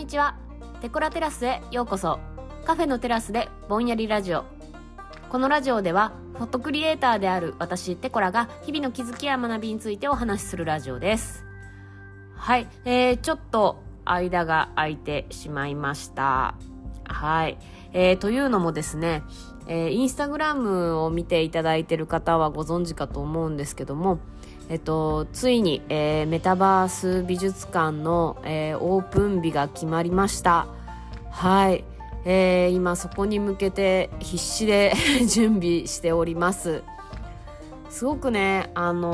にちは。テコラテラスへようこそ。カフェのテラスでぼんやりラジオ。このラジオではフォトクリエイターである私テコラが日々の気づきや学びについてお話しするラジオです。はい、ちょっと間が空いてしまいました。はい、というのもですね、インスタグラムを見ていただいている方はご存知かと思うんですけども、ついに、メタバース美術館の、オープン日が決まりました。はい、今そこに向けて必死で準備しております。すごくね、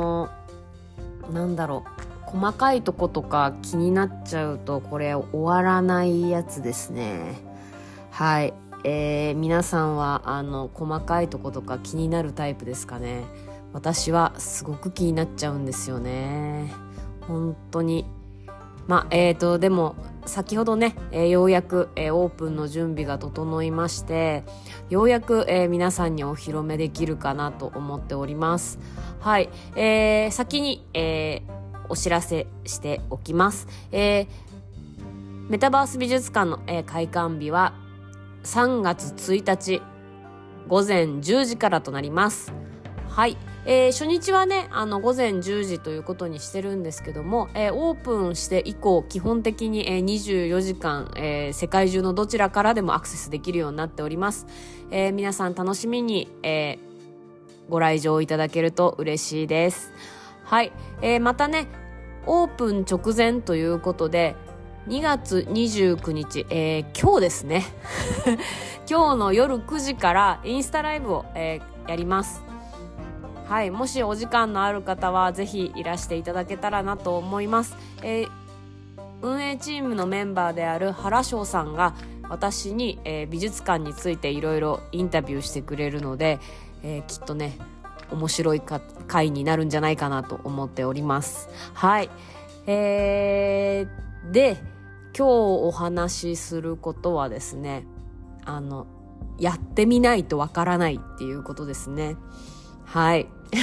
細かいとことか気になっちゃうとこれ終わらないやつですね。はい、皆さんは細かいとことか気になるタイプですかね。私はすごく気になっちゃうんですよね、本当に。でも先ほどね、ようやく、オープンの準備が整いまして、ようやく、皆さんにお披露目できるかなと思っております。はい、先に、お知らせしておきます。メタバース美術館の、開館日は3月1日午前10時からとなります。はい、初日はね午前10時ということにしてるんですけども、オープンして以降基本的に、24時間、世界中のどちらからでもアクセスできるようになっております。皆さん楽しみに、ご来場いただけると嬉しいです。はい、またねオープン直前ということで2月29日、今日ですね今日の夜9時からインスタライブを、やります。はい、もしお時間のある方はぜひいらしていただけたらなと思います。運営チームのメンバーである原翔さんが私に、美術館についていろいろインタビューしてくれるので、きっとね面白い回になるんじゃないかなと思っております。はい、で今日お話しすることはですね、やってみないとわからないっていうことですね。はい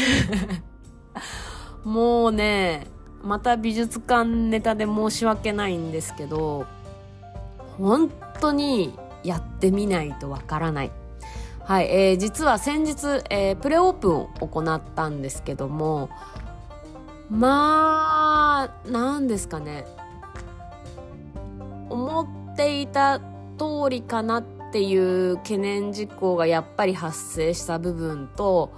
もうねまた美術館ネタで申し訳ないんですけど、本当にやってみないとわからない。はい、実は先日、プレオープンを行ったんですけども、なんですかね、思っていた通りかなっていう懸念事項がやっぱり発生した部分と、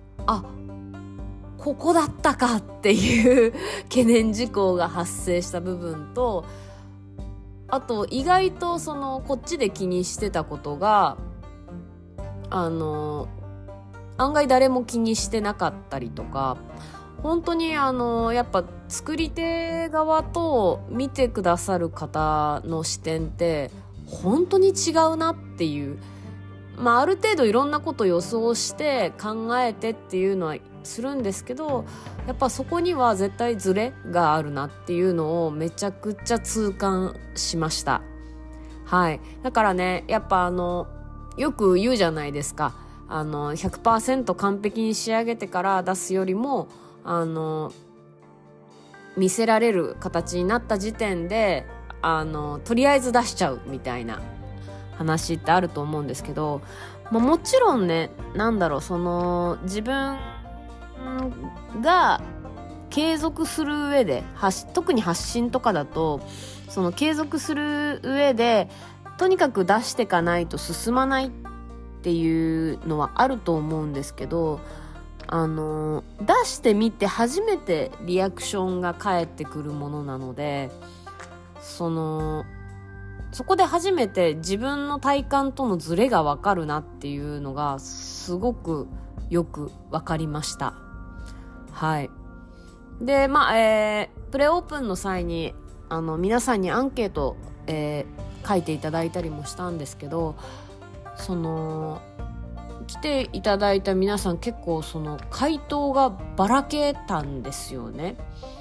ここだったかっていう懸念事項が発生した部分と、あと意外とこっちで気にしてたことが案外誰も気にしてなかったりとか、本当にやっぱ作り手側と見てくださる方の視点って本当に違うなっていう、ある程度いろんなこと予想して考えてっていうのはするんですけど、やっぱそこには絶対ズレがあるなっていうのをめちゃくちゃ痛感しました。はい、だからねやっぱよく言うじゃないですか、100% 完璧に仕上げてから出すよりも見せられる形になった時点でとりあえず出しちゃうみたいな話ってあると思うんですけど、もちろんね自分が継続する上で特に発信とかだと継続する上でとにかく出していかないと進まないっていうのはあると思うんですけど、出してみて初めてリアクションが返ってくるものなので、そこで初めて自分の体感とのズレが分かるなっていうのがすごくよく分かりました。はい。で、プレオープンの際に皆さんにアンケート、書いていただいたりもしたんですけど、来ていただいた皆さん結構回答がばらけたんですよね。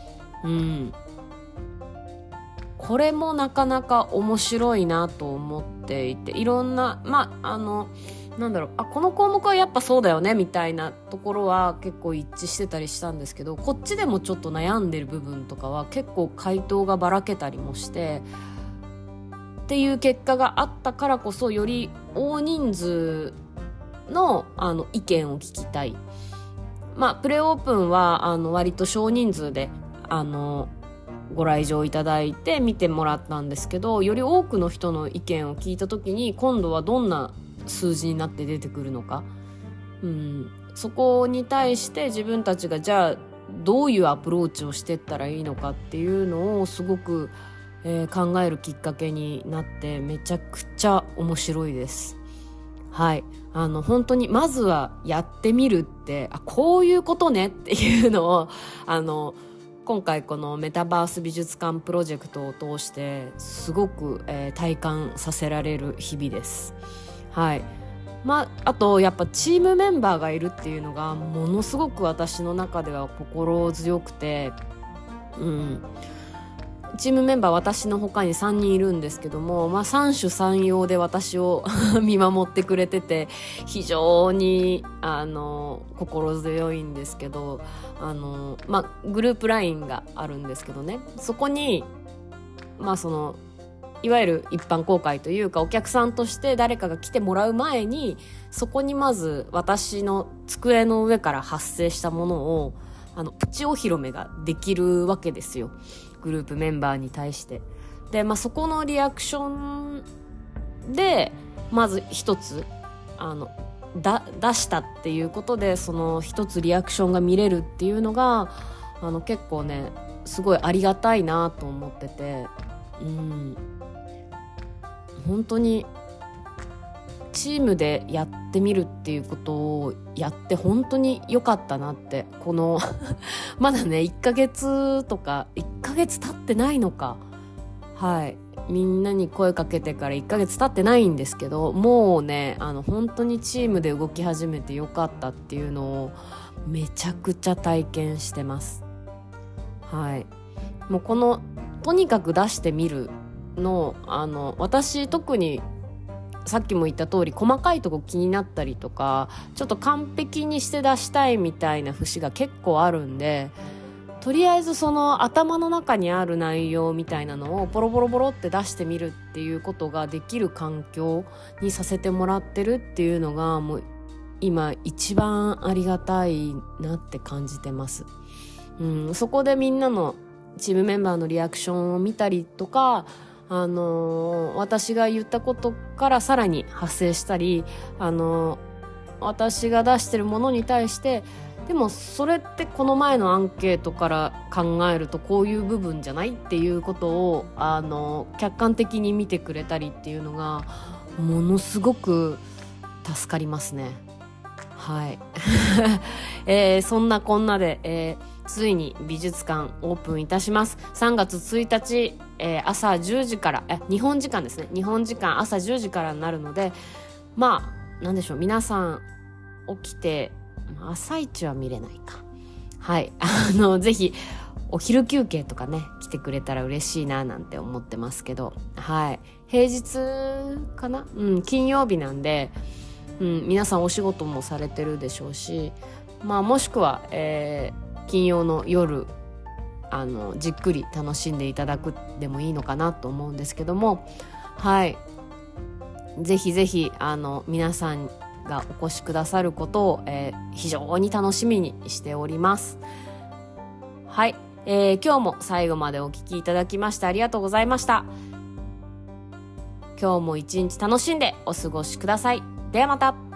これもなかなか面白いなと思っていて、いろんなこの項目はやっぱそうだよねみたいなところは結構一致してたりしたんですけど、こっちでもちょっと悩んでる部分とかは結構回答がばらけたりもして、 っていう結果があったからこそ、より大人数の意見を聞きたい。プレオープンは割と少人数でご来場いただいて見てもらったんですけど、より多くの人の意見を聞いた時に、今度はどんな数字になって出てくるのか、そこに対して自分たちがじゃあどういうアプローチをしていったらいいのかっていうのをすごく、考えるきっかけになって、めちゃくちゃ面白いです。はい、本当にまずはやってみるって、こういうことねっていうのを今回このメタバース美術館プロジェクトを通してすごく、体感させられる日々です。はい。あとやっぱチームメンバーがいるっていうのがものすごく私の中では心強くて、チームメンバー私の他に3人いるんですけども、三種三様で私を見守ってくれてて、非常に心強いんですけど、グループ LINE があるんですけどね、そこにいわゆる一般公開というか、お客さんとして誰かが来てもらう前に、そこにまず私の机の上から発生したものをプチお披露目ができるわけですよ、グループメンバーに対して。で、そこのリアクションでまず一つ出したっていうことで、その一つリアクションが見れるっていうのが結構ね、すごいありがたいなと思ってて、本当にチームでやってみるっていうことをやって本当に良かったなって、このまだね1ヶ月とか1ヶ月経ってないのか、はい、みんなに声かけてから1ヶ月経ってないんですけど、もうね本当にチームで動き始めて良かったっていうのをめちゃくちゃ体験してます。はい、もうこのとにかく出してみるの私特にさっきも言った通り細かいとこ気になったりとか、ちょっと完璧にして出したいみたいな節が結構あるんで、とりあえずその頭の中にある内容みたいなのをボロボロボロって出してみるっていうことができる環境にさせてもらってるっていうのが、もう今一番ありがたいなって感じてます。そこでみんなのチームメンバーのリアクションを見たりとか、私が言ったことからさらに派生したり、私が出してるものに対して、でもそれってこの前のアンケートから考えるとこういう部分じゃないっていうことを客観的に見てくれたりっていうのがものすごく助かりますね。はい、そんなこんなで、ついに美術館オープンいたします。3月1日、朝10時から日本時間ですね、日本時間朝10時からになるので、なんでしょう、皆さん起きて朝一は見れないか、はい、ぜひお昼休憩とかね来てくれたら嬉しいななんて思ってますけど、はい、平日かな、金曜日なんで、皆さんお仕事もされてるでしょうし、もしくは、金曜の夜じっくり楽しんでいただくでもいいのかなと思うんですけども、はい、ぜひぜひ皆さんがお越しくださることを、非常に楽しみにしております。はい、今日も最後までお聞きいただきましてありがとうございました。今日も一日楽しんでお過ごしください。ではまた。